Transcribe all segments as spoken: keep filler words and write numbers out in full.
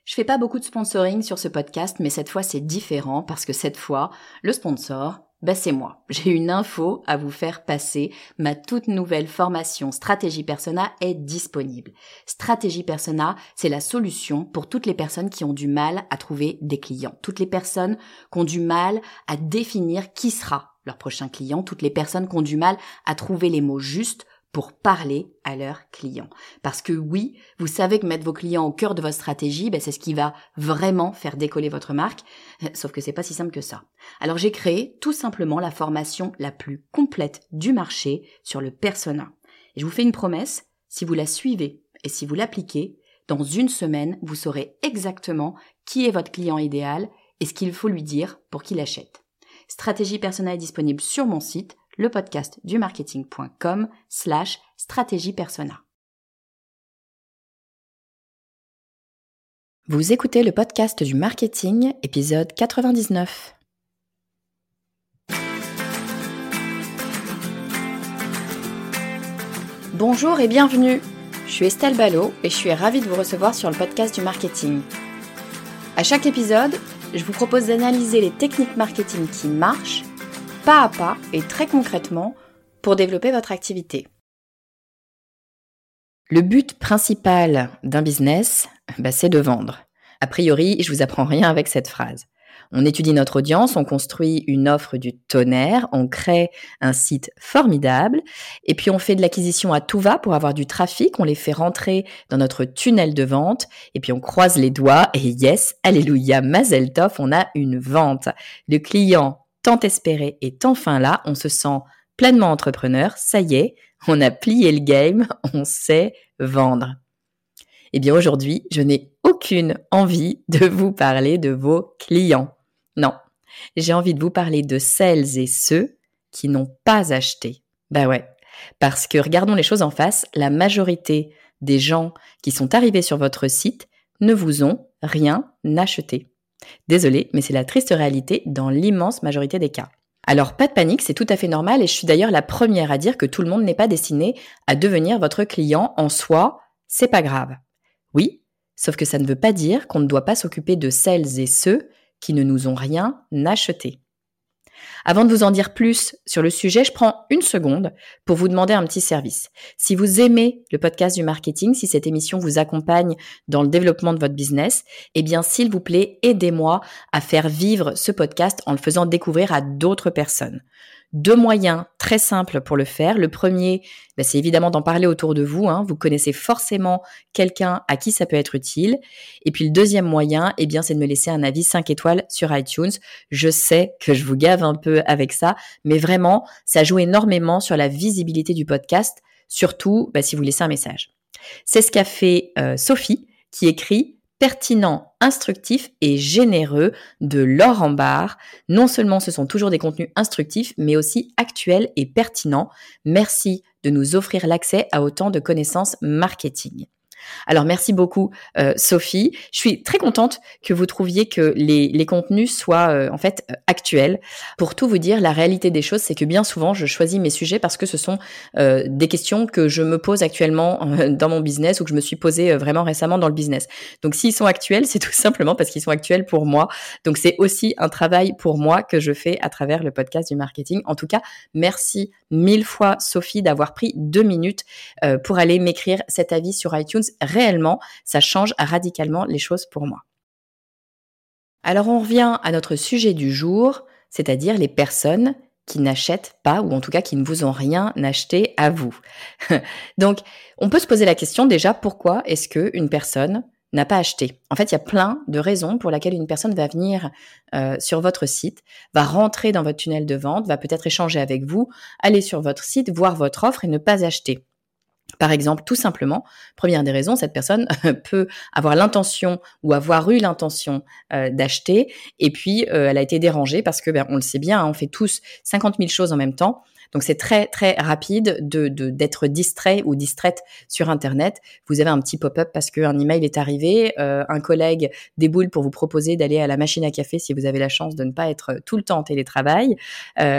Je fais pas beaucoup de sponsoring sur ce podcast, mais cette fois c'est différent parce que cette fois, le sponsor, bah c'est moi. J'ai une info à vous faire passer. Ma toute nouvelle formation Stratégie Persona est disponible. Stratégie Persona, c'est la solution pour toutes les personnes qui ont du mal à trouver des clients. Toutes les personnes qui ont du mal à définir qui sera leur prochain client. Toutes les personnes qui ont du mal à trouver les mots justes pour parler à leurs clients. Parce que oui, vous savez que mettre vos clients au cœur de votre stratégie, ben c'est ce qui va vraiment faire décoller votre marque, sauf que c'est pas si simple que ça. Alors j'ai créé tout simplement la formation la plus complète du marché sur le persona. Et je vous fais une promesse, si vous la suivez et si vous l'appliquez, dans une semaine, vous saurez exactement qui est votre client idéal et ce qu'il faut lui dire pour qu'il achète. Stratégie Persona est disponible sur mon site, le podcast du marketing.com slash stratégie persona. Vous écoutez le podcast du marketing, épisode quatre-vingt-dix-neuf. Bonjour et bienvenue. Je suis Estelle Ballot et je suis ravie de vous recevoir sur le podcast du marketing. À chaque épisode, je vous propose d'analyser les techniques marketing qui marchent pas à pas et très concrètement pour développer votre activité. Le but principal d'un business, bah, c'est de vendre. A priori, je vous apprends rien avec cette phrase. On étudie notre audience, on construit une offre du tonnerre, on crée un site formidable et puis on fait de l'acquisition à tout va pour avoir du trafic, on les fait rentrer dans notre tunnel de vente et puis on croise les doigts et yes, alléluia, mazel tov, on a une vente. Le client tant espéré est enfin là, on se sent pleinement entrepreneur, ça y est, on a plié le game, on sait vendre. Eh bien aujourd'hui, je n'ai aucune envie de vous parler de vos clients. Non, j'ai envie de vous parler de celles et ceux qui n'ont pas acheté. Bah ouais, parce que regardons les choses en face, la majorité des gens qui sont arrivés sur votre site ne vous ont rien acheté. Désolée, mais c'est la triste réalité dans l'immense majorité des cas. Alors, pas de panique, c'est tout à fait normal et je suis d'ailleurs la première à dire que tout le monde n'est pas destiné à devenir votre client en soi, c'est pas grave. Oui, sauf que ça ne veut pas dire qu'on ne doit pas s'occuper de celles et ceux qui ne nous ont rien acheté. Avant de vous en dire plus sur le sujet, je prends une seconde pour vous demander un petit service. Si vous aimez le podcast du marketing, si cette émission vous accompagne dans le développement de votre business, eh bien, s'il vous plaît, aidez-moi à faire vivre ce podcast en le faisant découvrir à d'autres personnes. Deux moyens très simples pour le faire. Le premier, ben, c'est évidemment d'en parler autour de vous. Hein. Vous connaissez forcément quelqu'un à qui ça peut être utile. Et puis le deuxième moyen, eh bien, c'est de me laisser un avis cinq étoiles sur iTunes. Je sais que je vous gave un peu avec ça, mais vraiment, ça joue énormément sur la visibilité du podcast, surtout ben, si vous laissez un message. C'est ce qu'a fait euh, Sophie, qui écrit pertinent, instructif et généreux de Laure Ambar. Non seulement ce sont toujours des contenus instructifs, mais aussi actuels et pertinents. Merci de nous offrir l'accès à autant de connaissances marketing. Alors, merci beaucoup, euh, Sophie. Je suis très contente que vous trouviez que les, les contenus soient euh, en fait euh, actuels. Pour tout vous dire, la réalité des choses, c'est que bien souvent, je choisis mes sujets parce que ce sont euh, des questions que je me pose actuellement euh, dans mon business ou que je me suis posée euh, vraiment récemment dans le business. Donc, s'ils sont actuels, c'est tout simplement parce qu'ils sont actuels pour moi. Donc, c'est aussi un travail pour moi que je fais à travers le podcast du marketing. En tout cas, merci mille fois, Sophie, d'avoir pris deux minutes euh, pour aller m'écrire cet avis sur iTunes. Réellement, ça change radicalement les choses pour moi. Alors, on revient à notre sujet du jour, c'est-à-dire les personnes qui n'achètent pas, ou en tout cas qui ne vous ont rien acheté à vous. Donc, on peut se poser la question déjà, pourquoi est-ce qu'une personne n'a pas acheté? En fait, il y a plein de raisons pour lesquelles une personne va venir euh, sur votre site, va rentrer dans votre tunnel de vente, va peut-être échanger avec vous, aller sur votre site, voir votre offre et ne pas acheter. Par exemple, tout simplement, première des raisons, cette personne peut avoir l'intention ou avoir eu l'intention euh, d'acheter et puis euh, elle a été dérangée parce que, ben, on le sait bien, hein, on fait tous cinquante mille choses en même temps. Donc, c'est très, très rapide de, de, d'être distrait ou distraite sur Internet. Vous avez un petit pop-up parce qu'un email est arrivé, euh, un collègue déboule pour vous proposer d'aller à la machine à café si vous avez la chance de ne pas être tout le temps en télétravail. Euh,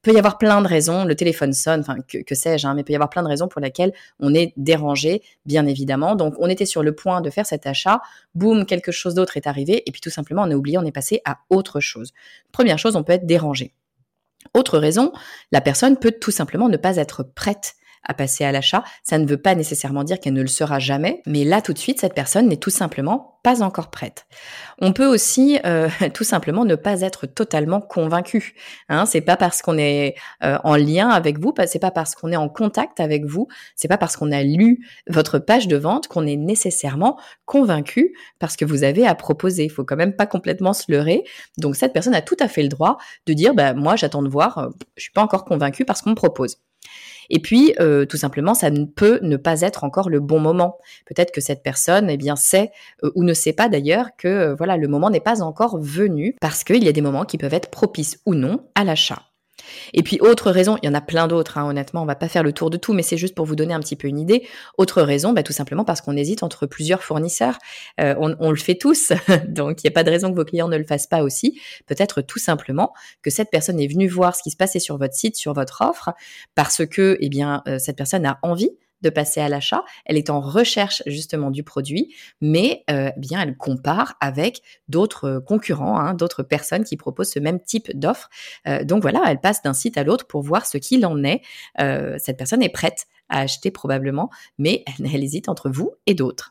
peut y avoir plein de raisons, le téléphone sonne, enfin que, que sais-je, hein, mais il peut y avoir plein de raisons pour lesquelles on est dérangé, bien évidemment. Donc on était sur le point de faire cet achat, boum, quelque chose d'autre est arrivé, et puis tout simplement on a oublié, on est passé à autre chose. Première chose, on peut être dérangé. Autre raison, la personne peut tout simplement ne pas être prête à passer à l'achat. Ça ne veut pas nécessairement dire qu'elle ne le sera jamais, mais là tout de suite, cette personne n'est tout simplement pas encore prête. On peut aussi euh, tout simplement ne pas être totalement convaincu. Hein, c'est pas parce qu'on est euh, en lien avec vous, c'est pas parce qu'on est en contact avec vous, c'est pas parce qu'on a lu votre page de vente qu'on est nécessairement convaincu parce que vous avez à proposer. Il faut quand même pas complètement se leurrer. Donc cette personne a tout à fait le droit de dire bah, « moi j'attends de voir, euh, je suis pas encore convaincu parce qu'on me propose ». Et puis, euh, tout simplement, ça ne peut ne pas être encore le bon moment. Peut-être que cette personne, eh bien, sait euh, ou ne sait pas d'ailleurs que euh, voilà, le moment n'est pas encore venu parce qu'il y a des moments qui peuvent être propices ou non à l'achat. Et puis, autre raison, il y en a plein d'autres, hein, honnêtement, on va pas faire le tour de tout, mais c'est juste pour vous donner un petit peu une idée. Autre raison, bah, tout simplement parce qu'on hésite entre plusieurs fournisseurs. Euh, on, on le fait tous, donc il n'y a pas de raison que vos clients ne le fassent pas aussi. Peut-être tout simplement que cette personne est venue voir ce qui se passait sur votre site, sur votre offre, parce que, eh bien, euh, cette personne a envie de passer à l'achat, elle est en recherche justement du produit, mais euh, bien elle compare avec d'autres concurrents, hein, d'autres personnes qui proposent ce même type d'offre. Euh, donc voilà, elle passe d'un site à l'autre pour voir ce qu'il en est. Euh, cette personne est prête à acheter probablement, mais elle, elle hésite entre vous et d'autres.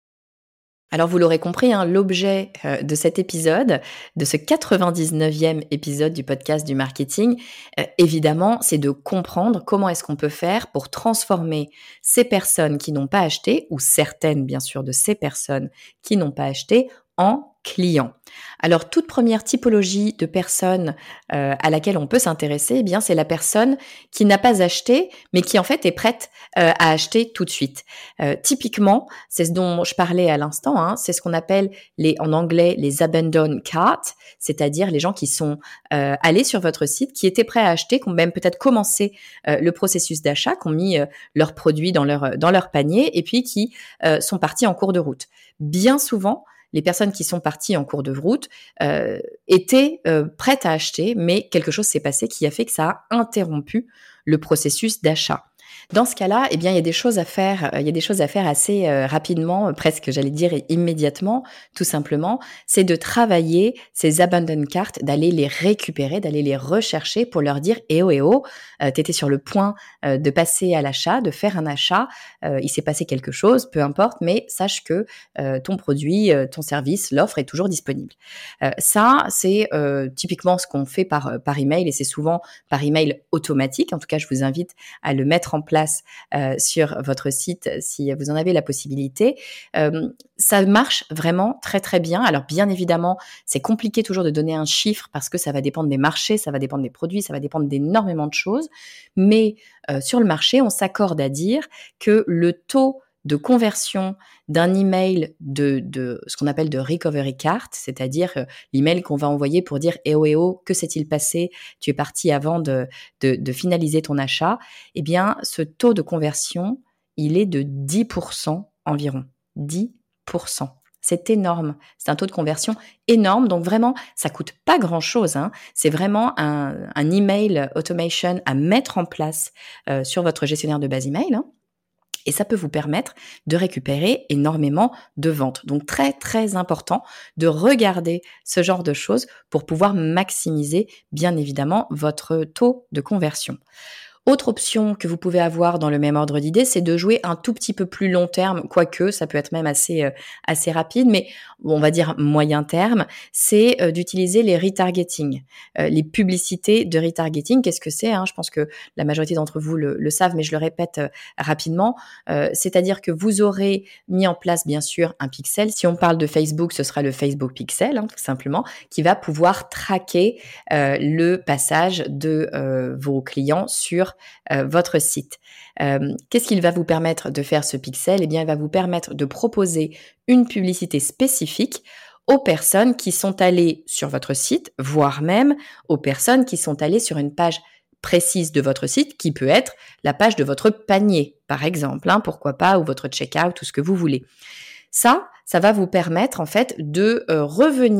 Alors vous l'aurez compris, hein, l'objet euh, de cet épisode, de ce quatre-vingt-dix-neuvième épisode du podcast du marketing, euh, évidemment, c'est de comprendre comment est-ce qu'on peut faire pour transformer ces personnes qui n'ont pas acheté, ou certaines bien sûr de ces personnes qui n'ont pas acheté, en clients. Alors toute première typologie de personne euh, à laquelle on peut s'intéresser, eh bien c'est la personne qui n'a pas acheté, mais qui en fait est prête euh, à acheter tout de suite. Euh, typiquement, c'est ce dont je parlais à l'instant, hein, c'est ce qu'on appelle les, en anglais les abandon carts, c'est-à-dire les gens qui sont euh, allés sur votre site, qui étaient prêts à acheter, qui ont même peut-être commencé euh, le processus d'achat, qui ont mis euh, leurs produits dans leur dans leur panier et puis qui euh, sont partis en cours de route. Bien souvent, les personnes qui sont parties en cours de route euh, étaient euh, prêtes à acheter, mais quelque chose s'est passé qui a fait que ça a interrompu le processus d'achat. Dans ce cas-là, eh bien, il y a des choses à faire, il y a des choses à faire assez euh, rapidement, presque, j'allais dire, immédiatement, tout simplement. C'est de travailler ces abandon carts, d'aller les récupérer, d'aller les rechercher pour leur dire, eh oh, eh oh, euh, t'étais sur le point euh, de passer à l'achat, de faire un achat, euh, il s'est passé quelque chose, peu importe, mais sache que euh, ton produit, euh, ton service, l'offre est toujours disponible. Euh, ça, c'est euh, typiquement ce qu'on fait par, par email et c'est souvent par email automatique. En tout cas, je vous invite à le mettre en place Euh, sur votre site si vous en avez la possibilité. Euh, ça marche vraiment très très bien. Alors bien évidemment, c'est compliqué toujours de donner un chiffre parce que ça va dépendre des marchés, ça va dépendre des produits, ça va dépendre d'énormément de choses. Mais euh, sur le marché, on s'accorde à dire que le taux de conversion d'un email de, de ce qu'on appelle de recovery cart, c'est-à-dire euh, l'email qu'on va envoyer pour dire eh oh eh oh, que s'est-il passé, tu es parti avant de, de, de finaliser ton achat, eh bien ce taux de conversion, il est de dix pour cent environ, dix pour cent. C'est énorme, c'est un taux de conversion énorme, donc vraiment, ça coûte pas grand-chose, hein. C'est vraiment un, un email automation à mettre en place euh, sur votre gestionnaire de base email, hein. Et ça peut vous permettre de récupérer énormément de ventes. Donc très très important de regarder ce genre de choses pour pouvoir maximiser bien évidemment votre taux de conversion. Autre option que vous pouvez avoir dans le même ordre d'idée, c'est de jouer un tout petit peu plus long terme, quoique ça peut être même assez euh, assez rapide, mais on va dire moyen terme, c'est euh, d'utiliser les retargeting, euh, les publicités de retargeting. Qu'est-ce que c'est, hein? Je pense que la majorité d'entre vous le, le savent, mais je le répète euh, rapidement. Euh, c'est-à-dire que vous aurez mis en place bien sûr un pixel. Si on parle de Facebook, ce sera le Facebook Pixel, hein, tout simplement, qui va pouvoir traquer euh, le passage de euh, vos clients sur Euh, votre site. Euh, qu'est-ce qu'il va vous permettre de faire ce pixel? Eh bien, il va vous permettre de proposer une publicité spécifique aux personnes qui sont allées sur votre site, voire même aux personnes qui sont allées sur une page précise de votre site, qui peut être la page de votre panier, par exemple, hein, pourquoi pas, ou votre checkout, tout ce que vous voulez. Ça, ça va vous permettre en fait de euh, revenir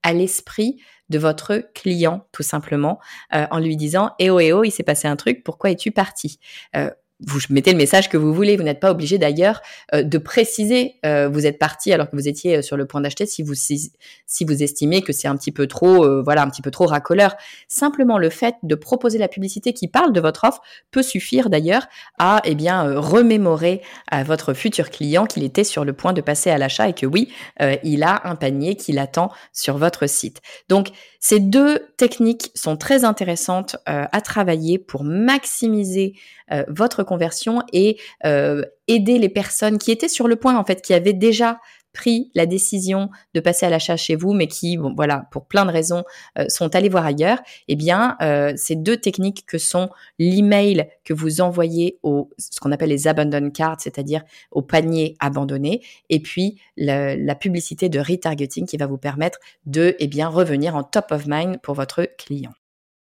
à l'esprit de votre client, tout simplement, euh, en lui disant « Eh oh, eh oh, il s'est passé un truc, pourquoi es-tu parti euh, ?» Vous mettez le message que vous voulez. Vous n'êtes pas obligé d'ailleurs euh, de préciser euh, vous êtes parti alors que vous étiez sur le point d'acheter si vous si, si vous estimez que c'est un petit peu trop euh, voilà un petit peu trop racoleur. Simplement le fait de proposer la publicité qui parle de votre offre peut suffire d'ailleurs à eh bien euh, remémorer à votre futur client qu'il était sur le point de passer à l'achat et que oui euh, il a un panier qui l'attend sur votre site. Donc ces deux techniques sont très intéressantes euh, à travailler pour maximiser euh, votre conversion et euh, aider les personnes qui étaient sur le point, en fait, qui avaient déjà pris la décision de passer à l'achat chez vous, mais qui, bon, voilà, pour plein de raisons, euh, sont allés voir ailleurs. Eh bien, euh, ces deux techniques que sont l'email que vous envoyez au ce qu'on appelle les abandon cards, c'est-à-dire au panier abandonné, et puis la, la publicité de retargeting qui va vous permettre de, eh bien, revenir en top of mind pour votre client.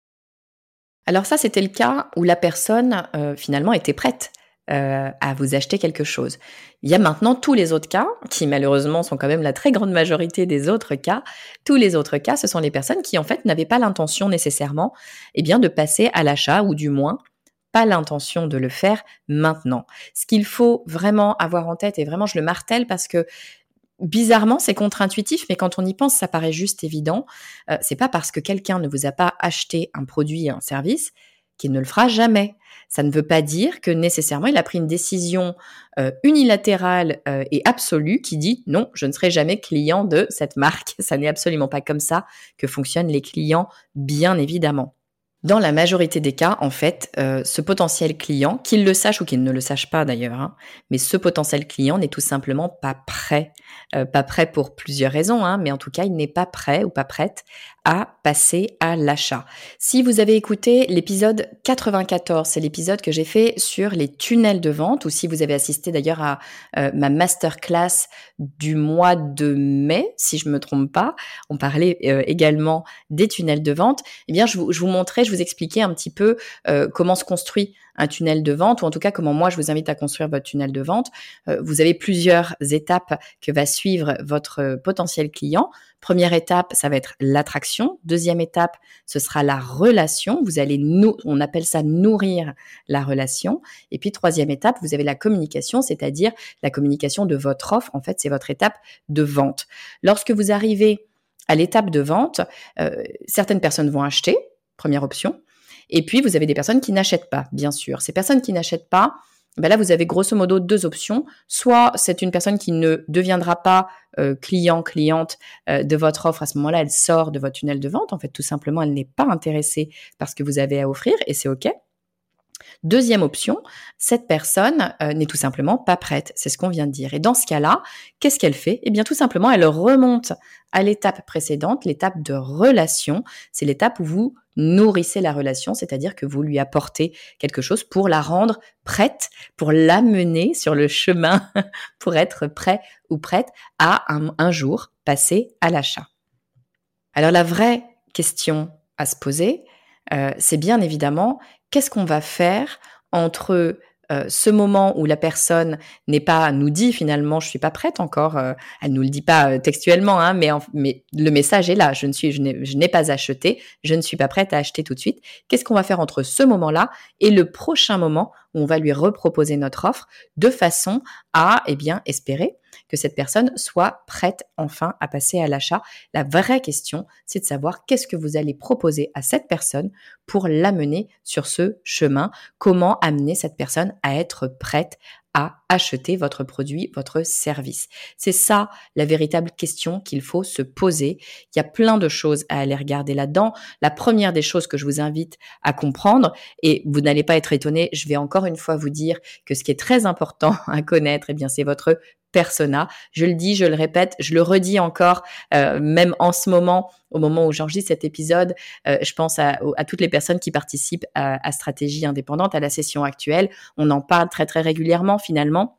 Alors ça, c'était le cas où la personne, euh, finalement, était prête euh, à vous acheter quelque chose. Il y a maintenant tous les autres cas, qui malheureusement sont quand même la très grande majorité des autres cas. Tous les autres cas, ce sont les personnes qui, en fait, n'avaient pas l'intention nécessairement eh bien, de passer à l'achat, ou du moins, pas l'intention de le faire maintenant. Ce qu'il faut vraiment avoir en tête, et vraiment je le martèle parce que bizarrement, c'est contre-intuitif, mais quand on y pense, ça paraît juste évident. Euh, c'est pas parce que quelqu'un ne vous a pas acheté un produit, un service, qu'il ne le fera jamais. Ça ne veut pas dire que nécessairement il a pris une décision euh, unilatérale euh, et absolue qui dit non, je ne serai jamais client de cette marque. Ça n'est absolument pas comme ça que fonctionnent les clients, bien évidemment. Dans la majorité des cas, en fait, euh, ce potentiel client, qu'il le sache ou qu'il ne le sache pas d'ailleurs, hein, mais ce potentiel client n'est tout simplement pas prêt. Euh, pas prêt pour plusieurs raisons, hein, mais en tout cas, il n'est pas prêt ou pas prête à passer à l'achat. Si vous avez écouté l'épisode quatre-vingt-quatorze, c'est l'épisode que j'ai fait sur les tunnels de vente, ou si vous avez assisté d'ailleurs à euh, ma masterclass du mois de mai, si je me trompe pas, on parlait euh, également des tunnels de vente, eh bien, je vous, je vous montrais, je vous expliquais un petit peu euh, comment se construit un tunnel de vente, ou en tout cas comment moi je vous invite à construire votre tunnel de vente. Euh, vous avez plusieurs étapes que va suivre votre potentiel client. Première étape, ça va être l'attraction. Deuxième étape, ce sera la relation. Vous allez nous, on appelle ça nourrir la relation. Et puis troisième étape, vous avez la communication, c'est-à-dire la communication de votre offre. En fait, c'est votre étape de vente. Lorsque vous arrivez à l'étape de vente, euh, certaines personnes vont acheter, première option. Et puis, vous avez des personnes qui n'achètent pas, bien sûr. Ces personnes qui n'achètent pas, ben là, vous avez grosso modo deux options. Soit c'est une personne qui ne deviendra pas euh, client, cliente euh, de votre offre. À ce moment-là, elle sort de votre tunnel de vente. En fait, tout simplement, elle n'est pas intéressée par ce que vous avez à offrir et c'est OK. Deuxième option, cette personne euh, n'est tout simplement pas prête. C'est ce qu'on vient de dire. Et dans ce cas-là, qu'est-ce qu'elle fait ? Eh bien, tout simplement, elle remonte à l'étape précédente, l'étape de relation. C'est l'étape où vous nourrissez la relation, c'est-à-dire que vous lui apportez quelque chose pour la rendre prête, pour l'amener sur le chemin, pour être prêt ou prête à un, un jour passer à l'achat. Alors, la vraie question à se poser, euh, c'est bien évidemment, qu'est-ce qu'on va faire entre euh, ce moment où la personne n'est pas, nous dit finalement, je suis pas prête encore, euh, elle nous le dit pas euh, textuellement, hein, mais, en, mais le message est là, je ne suis, je n'ai, je n'ai pas acheté, je ne suis pas prête à acheter tout de suite. Qu'est-ce qu'on va faire entre ce moment-là et le prochain moment où on va lui reproposer notre offre de façon à, eh bien, espérer que cette personne soit prête enfin à passer à l'achat. La vraie question, c'est de savoir qu'est-ce que vous allez proposer à cette personne pour l'amener sur ce chemin. Comment amener cette personne à être prête à acheter votre produit, votre service. C'est ça la véritable question qu'il faut se poser. Il y a plein de choses à aller regarder là-dedans. La première des choses que je vous invite à comprendre, et vous n'allez pas être étonné, je vais encore une fois vous dire que ce qui est très important à connaître, eh bien, c'est votre persona. Je le dis, je le répète, je le redis encore, euh, même en ce moment, au moment où j'enregistre cet épisode, euh, je pense à, à toutes les personnes qui participent à, à Stratégie Indépendante, à la session actuelle. On en parle très, très régulièrement finalement.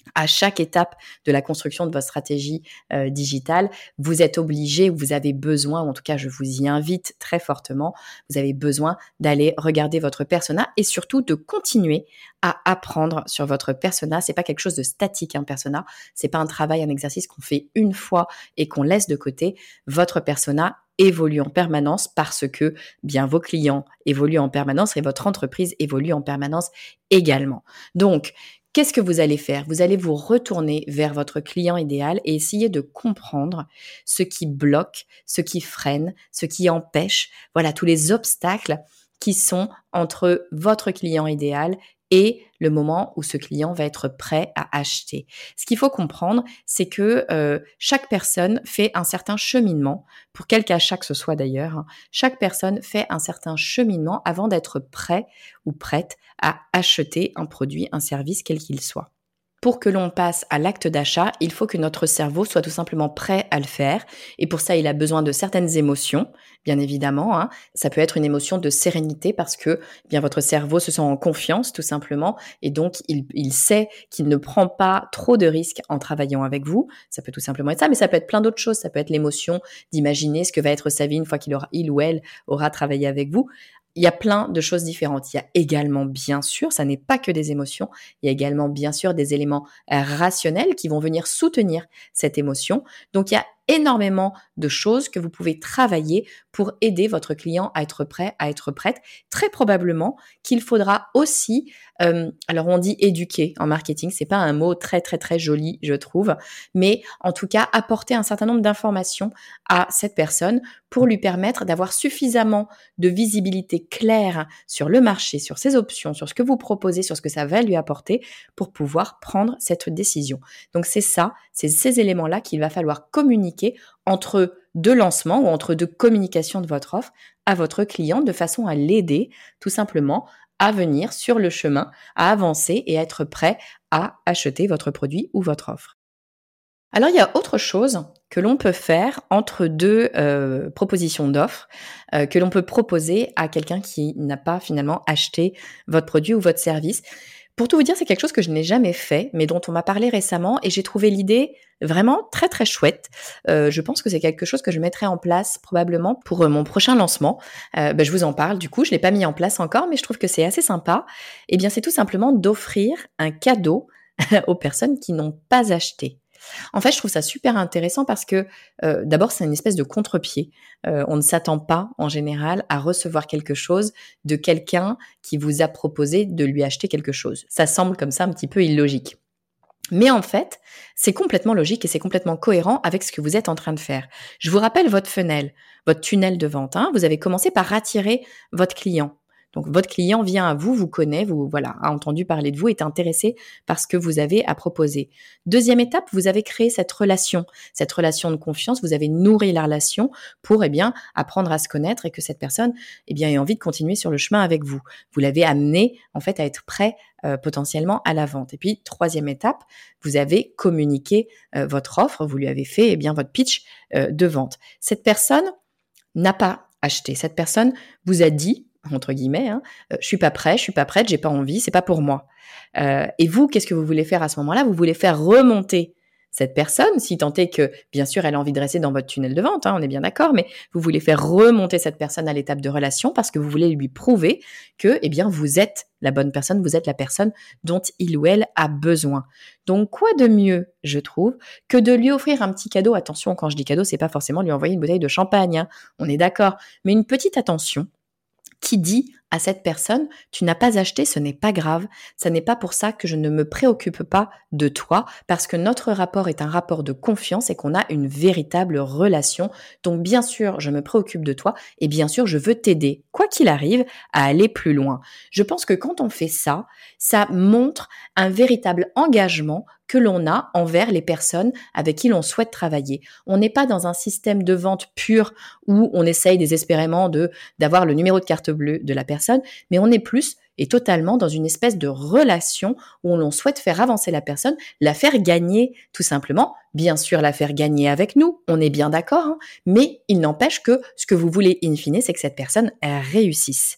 À chaque étape de la construction de votre stratégie euh, digitale, vous êtes obligé, vous avez besoin, ou en tout cas je vous y invite très fortement, vous avez besoin d'aller regarder votre persona et surtout de continuer à apprendre sur votre persona. C'est pas quelque chose de statique, un persona. C'est pas un travail, un exercice qu'on fait une fois et qu'on laisse de côté. Votre persona évolue en permanence parce que bien vos clients évoluent en permanence et votre entreprise évolue en permanence également. Donc, qu'est-ce que vous allez faire? Vous allez vous retourner vers votre client idéal et essayer de comprendre ce qui bloque, ce qui freine, ce qui empêche, voilà, tous les obstacles qui sont entre votre client idéal et le moment où ce client va être prêt à acheter. Ce qu'il faut comprendre, c'est que euh, chaque personne fait un certain cheminement, pour quelque achat que ce soit d'ailleurs, hein, chaque personne fait un certain cheminement avant d'être prêt ou prête à acheter un produit, un service, quel qu'il soit. Pour que l'on passe à l'acte d'achat, il faut que notre cerveau soit tout simplement prêt à le faire. Et pour ça, il a besoin de certaines émotions, bien évidemment. Hein. Ça peut être une émotion de sérénité parce que eh bien votre cerveau se sent en confiance, tout simplement. Et donc, il, il sait qu'il ne prend pas trop de risques en travaillant avec vous. Ça peut tout simplement être ça, mais ça peut être plein d'autres choses. Ça peut être l'émotion d'imaginer ce que va être sa vie une fois qu'il aura, il ou elle aura travaillé avec vous. Il y a plein de choses différentes. Il y a également, bien sûr, ça n'est pas que des émotions, il y a également, bien sûr, des éléments euh, rationnels qui vont venir soutenir cette émotion. Donc, il y a énormément de choses que vous pouvez travailler pour aider votre client à être prêt, à être prête. Très probablement qu'il faudra aussi, euh, alors on dit éduquer en marketing, c'est pas un mot très très très joli, je trouve, mais en tout cas apporter un certain nombre d'informations à cette personne pour lui permettre d'avoir suffisamment de visibilité claire sur le marché, sur ses options, sur ce que vous proposez, sur ce que ça va lui apporter pour pouvoir prendre cette décision. Donc c'est ça, c'est ces éléments-là qu'il va falloir communiquer entre deux lancements ou entre deux communications de votre offre à votre client de façon à l'aider tout simplement à venir sur le chemin, à avancer et à être prêt à acheter votre produit ou votre offre. Alors, il y a autre chose que l'on peut faire entre deux euh, propositions d'offres euh, que l'on peut proposer à quelqu'un qui n'a pas finalement acheté votre produit ou votre service. Pour tout vous dire, c'est quelque chose que je n'ai jamais fait, mais dont on m'a parlé récemment et j'ai trouvé l'idée vraiment très très chouette. Euh, je pense que c'est quelque chose que je mettrai en place probablement pour euh, mon prochain lancement. Euh, ben, je vous en parle du coup, je ne l'ai pas mis en place encore, mais je trouve que c'est assez sympa. Eh bien, c'est tout simplement d'offrir un cadeau aux personnes qui n'ont pas acheté. En fait, je trouve ça super intéressant parce que euh, d'abord, c'est une espèce de contre-pied. Euh, on ne s'attend pas en général à recevoir quelque chose de quelqu'un qui vous a proposé de lui acheter quelque chose. Ça semble comme ça un petit peu illogique. Mais en fait, c'est complètement logique et c'est complètement cohérent avec ce que vous êtes en train de faire. Je vous rappelle votre funnel, votre tunnel de vente. Hein. Vous avez commencé par attirer votre client. Donc, votre client vient à vous, vous connaît, vous voilà, a entendu parler de vous, est intéressé par ce que vous avez à proposer. Deuxième étape, vous avez créé cette relation, cette relation de confiance. Vous avez nourri la relation pour, eh bien, apprendre à se connaître et que cette personne, eh bien, ait envie de continuer sur le chemin avec vous. Vous l'avez amené, en fait, à être prêt euh, potentiellement à la vente. Et puis, troisième étape, vous avez communiqué euh, votre offre, vous lui avez fait, eh bien, votre pitch euh, de vente. Cette personne n'a pas acheté. Cette personne vous a dit, entre guillemets, hein, euh, je suis pas prêt, je suis pas prête, j'ai pas envie, c'est pas pour moi. Euh, et vous, qu'est-ce que vous voulez faire à ce moment-là? Vous voulez faire remonter cette personne, si tant est que, bien sûr, elle a envie de rester dans votre tunnel de vente, hein, on est bien d'accord, mais vous voulez faire remonter cette personne à l'étape de relation parce que vous voulez lui prouver que, eh bien, vous êtes la bonne personne, vous êtes la personne dont il ou elle a besoin. Donc, quoi de mieux, je trouve, que de lui offrir un petit cadeau. Attention, quand je dis cadeau, c'est pas forcément lui envoyer une bouteille de champagne, hein, on est d'accord, mais une petite attention qui dit à cette personne, tu n'as pas acheté, ce n'est pas grave, ça n'est pas pour ça que je ne me préoccupe pas de toi, parce que notre rapport est un rapport de confiance et qu'on a une véritable relation. Donc bien sûr, je me préoccupe de toi et bien sûr, je veux t'aider, quoi qu'il arrive, à aller plus loin. Je pense que quand on fait ça, ça montre un véritable engagement que l'on a envers les personnes avec qui l'on souhaite travailler. On n'est pas dans un système de vente pur où on essaye désespérément de d'avoir le numéro de carte bleue de la personne, mais on est plus et totalement dans une espèce de relation où l'on souhaite faire avancer la personne, la faire gagner tout simplement. Bien sûr, la faire gagner avec nous, on est bien d'accord, hein, mais il n'empêche que ce que vous voulez in fine, c'est que cette personne elle réussisse.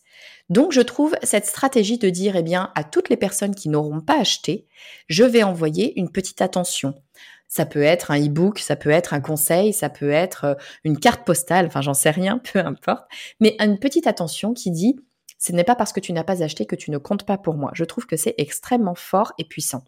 Donc, je trouve cette stratégie de dire, eh bien, à toutes les personnes qui n'auront pas acheté, je vais envoyer une petite attention. Ça peut être un e-book, ça peut être un conseil, ça peut être une carte postale, enfin, j'en sais rien, peu importe. Mais une petite attention qui dit, ce n'est pas parce que tu n'as pas acheté que tu ne comptes pas pour moi. Je trouve que c'est extrêmement fort et puissant.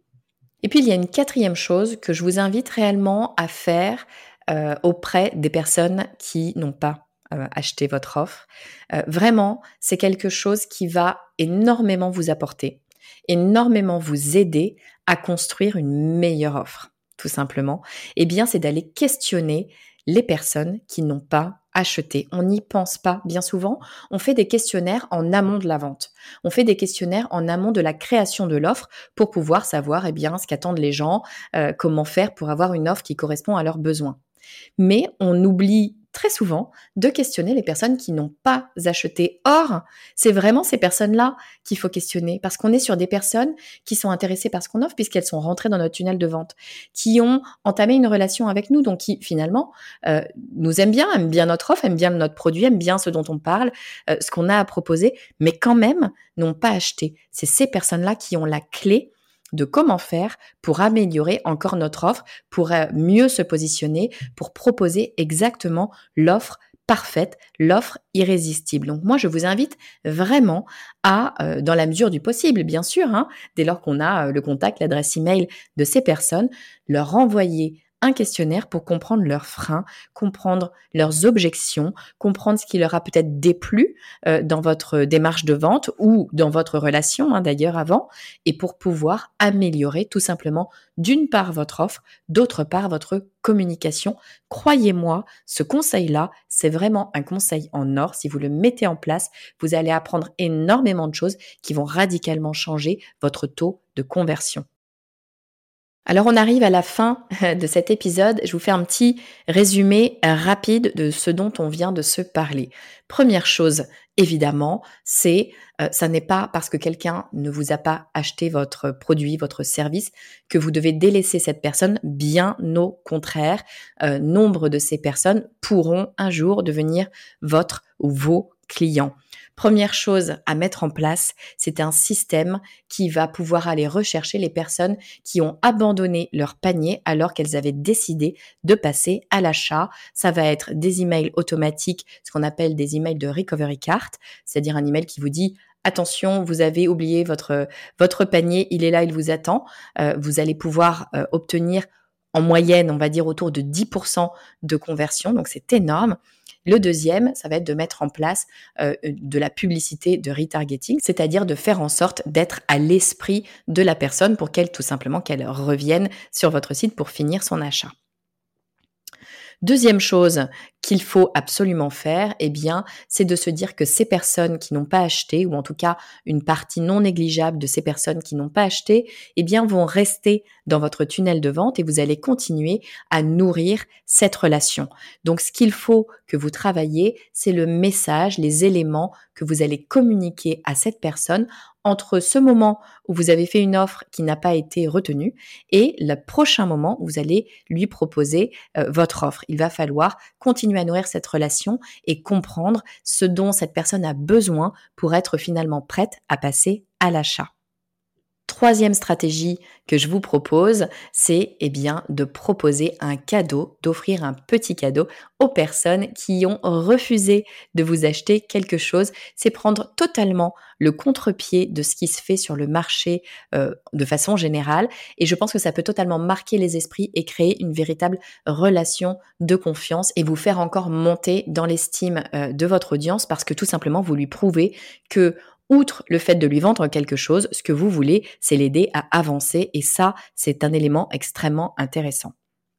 Et puis, il y a une quatrième chose que je vous invite réellement à faire euh, auprès des personnes qui n'ont pas euh, acheté votre offre. Euh, vraiment, c'est quelque chose qui va énormément vous apporter, énormément vous aider à construire une meilleure offre, tout simplement. Eh bien, c'est d'aller questionner les personnes qui n'ont pas acheté. On n'y pense pas bien souvent. On fait des questionnaires en amont de la vente. On fait des questionnaires en amont de la création de l'offre pour pouvoir savoir eh bien, ce qu'attendent les gens, euh, comment faire pour avoir une offre qui correspond à leurs besoins. Mais on oublie très souvent de questionner les personnes qui n'ont pas acheté. Or, c'est vraiment ces personnes-là qu'il faut questionner parce qu'on est sur des personnes qui sont intéressées par ce qu'on offre puisqu'elles sont rentrées dans notre tunnel de vente, qui ont entamé une relation avec nous, donc qui finalement euh, nous aiment bien, aiment bien notre offre, aiment bien notre produit, aiment bien ce dont on parle, euh, ce qu'on a à proposer, mais quand même n'ont pas acheté. C'est ces personnes-là qui ont la clé de comment faire pour améliorer encore notre offre, pour mieux se positionner, pour proposer exactement l'offre parfaite, l'offre irrésistible. Donc moi, je vous invite vraiment à, euh, dans la mesure du possible, bien sûr, hein, dès lors qu'on a euh, le contact, l'adresse email de ces personnes, leur envoyer un questionnaire pour comprendre leurs freins, comprendre leurs objections, comprendre ce qui leur a peut-être déplu euh, dans votre démarche de vente ou dans votre relation hein, d'ailleurs avant, et pour pouvoir améliorer tout simplement d'une part votre offre, d'autre part votre communication. Croyez-moi, ce conseil-là, c'est vraiment un conseil en or. Si vous le mettez en place, vous allez apprendre énormément de choses qui vont radicalement changer votre taux de conversion. Alors on arrive à la fin de cet épisode, je vous fais un petit résumé rapide de ce dont on vient de se parler. Première chose, évidemment, c'est euh, ça n'est pas parce que quelqu'un ne vous a pas acheté votre produit, votre service, que vous devez délaisser cette personne, bien au contraire. Euh, nombre de ces personnes pourront un jour devenir votre ou vos clients. Première chose à mettre en place, c'est un système qui va pouvoir aller rechercher les personnes qui ont abandonné leur panier alors qu'elles avaient décidé de passer à l'achat. Ça va être des emails automatiques, ce qu'on appelle des emails de recovery cart, c'est-à-dire un email qui vous dit attention, vous avez oublié votre votre panier, il est là, il vous attend. Euh, vous allez pouvoir euh, obtenir en moyenne, on va dire autour de dix pour cent de conversion, donc c'est énorme. Le deuxième, ça va être de mettre en place euh, de la publicité de retargeting, c'est-à-dire de faire en sorte d'être à l'esprit de la personne pour qu'elle, tout simplement, qu'elle revienne sur votre site pour finir son achat. Deuxième chose qu'il faut absolument faire, eh bien, c'est de se dire que ces personnes qui n'ont pas acheté, ou en tout cas une partie non négligeable de ces personnes qui n'ont pas acheté, eh bien, vont rester dans votre tunnel de vente et vous allez continuer à nourrir cette relation. Donc, ce qu'il faut que vous travaillez, c'est le message, les éléments que vous allez communiquer à cette personne entre ce moment où vous avez fait une offre qui n'a pas été retenue et le prochain moment où vous allez lui proposer euh, votre offre. Il va falloir continuer à nourrir cette relation et comprendre ce dont cette personne a besoin pour être finalement prête à passer à l'achat. Troisième stratégie que je vous propose, c'est eh bien de proposer un cadeau, d'offrir un petit cadeau aux personnes qui ont refusé de vous acheter quelque chose. C'est prendre totalement le contre-pied de ce qui se fait sur le marché euh, de façon générale. Et je pense que ça peut totalement marquer les esprits et créer une véritable relation de confiance et vous faire encore monter dans l'estime euh, de votre audience parce que tout simplement vous lui prouvez que outre le fait de lui vendre quelque chose, ce que vous voulez, c'est l'aider à avancer et ça, c'est un élément extrêmement intéressant.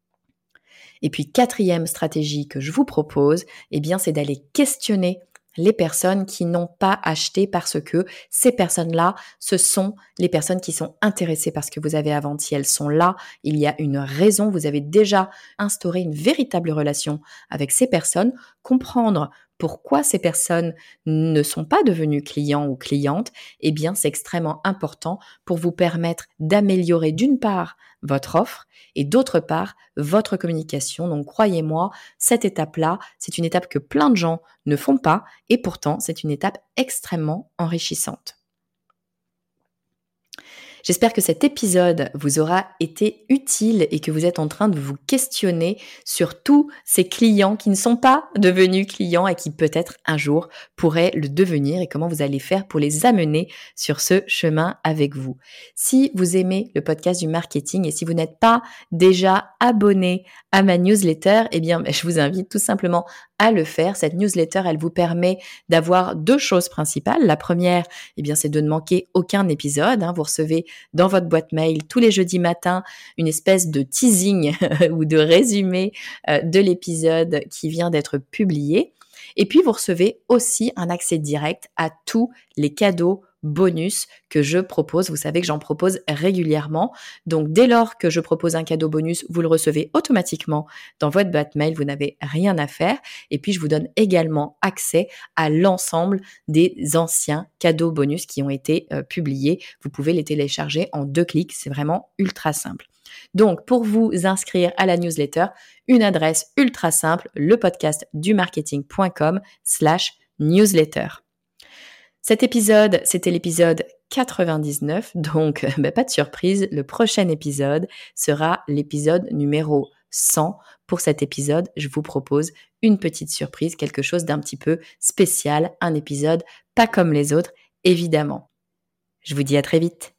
Et puis, quatrième stratégie que je vous propose, eh bien, c'est d'aller questionner les personnes qui n'ont pas acheté parce que ces personnes-là, ce sont les personnes qui sont intéressées par ce que vous avez à vendre. Si elles sont là, il y a une raison. Vous avez déjà instauré une véritable relation avec ces personnes. Comprendre pourquoi ces personnes ne sont pas devenues clients ou clientes, eh bien, c'est extrêmement important pour vous permettre d'améliorer d'une part votre offre et d'autre part votre communication. Donc, croyez-moi, cette étape-là, c'est une étape que plein de gens ne font pas et pourtant, c'est une étape extrêmement enrichissante. J'espère que cet épisode vous aura été utile et que vous êtes en train de vous questionner sur tous ces clients qui ne sont pas devenus clients et qui peut-être un jour pourraient le devenir et comment vous allez faire pour les amener sur ce chemin avec vous. Si vous aimez le podcast du marketing et si vous n'êtes pas déjà abonné à ma newsletter, eh bien, je vous invite tout simplement à le faire. Cette newsletter, elle vous permet d'avoir deux choses principales. La première, eh bien, c'est de ne manquer aucun épisode. Hein. Vous recevez dans votre boîte mail tous les jeudis matins une espèce de teasing ou de résumé euh, de l'épisode qui vient d'être publié. Et puis, vous recevez aussi un accès direct à tous les cadeaux bonus que je propose. Vous savez que j'en propose régulièrement. Donc, dès lors que je propose un cadeau bonus, vous le recevez automatiquement dans votre boîte mail. Vous n'avez rien à faire. Et puis, je vous donne également accès à l'ensemble des anciens cadeaux bonus qui ont été euh, publiés. Vous pouvez les télécharger en deux clics. C'est vraiment ultra simple. Donc, pour vous inscrire à la newsletter, une adresse ultra simple, le podcast du marketing.com slash newsletter. Cet épisode, c'était l'épisode quatre-vingt-dix-neuf, donc bah, pas de surprise, le prochain épisode sera l'épisode numéro cent. Pour cet épisode, je vous propose une petite surprise, quelque chose d'un petit peu spécial, un épisode pas comme les autres, évidemment. Je vous dis à très vite.